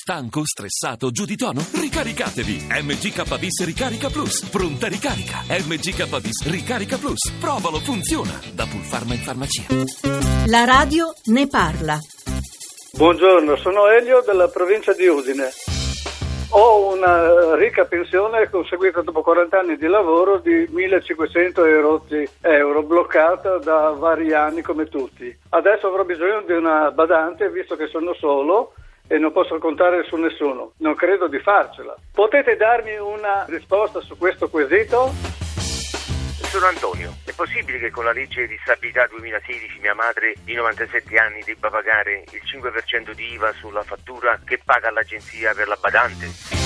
Stanco, stressato, giù di tono? Ricaricatevi! MGKBIS Ricarica Plus. Pronta ricarica. MGKBIS Ricarica Plus. Provalo, funziona. Da Pulpharma in farmacia. La radio ne parla. Buongiorno, sono Elio della provincia di Udine. Ho una ricca pensione conseguita dopo 40 anni di lavoro di 1.500 euro, bloccata da vari anni come tutti. Adesso avrò bisogno di una badante, visto che sono solo e non posso contare su nessuno. Non credo di farcela. Potete darmi una risposta su questo quesito? Sono Antonio. È possibile che con la legge di stabilità 2016 mia madre di 97 anni debba pagare il 5% di IVA sulla fattura che paga l'agenzia per la badante?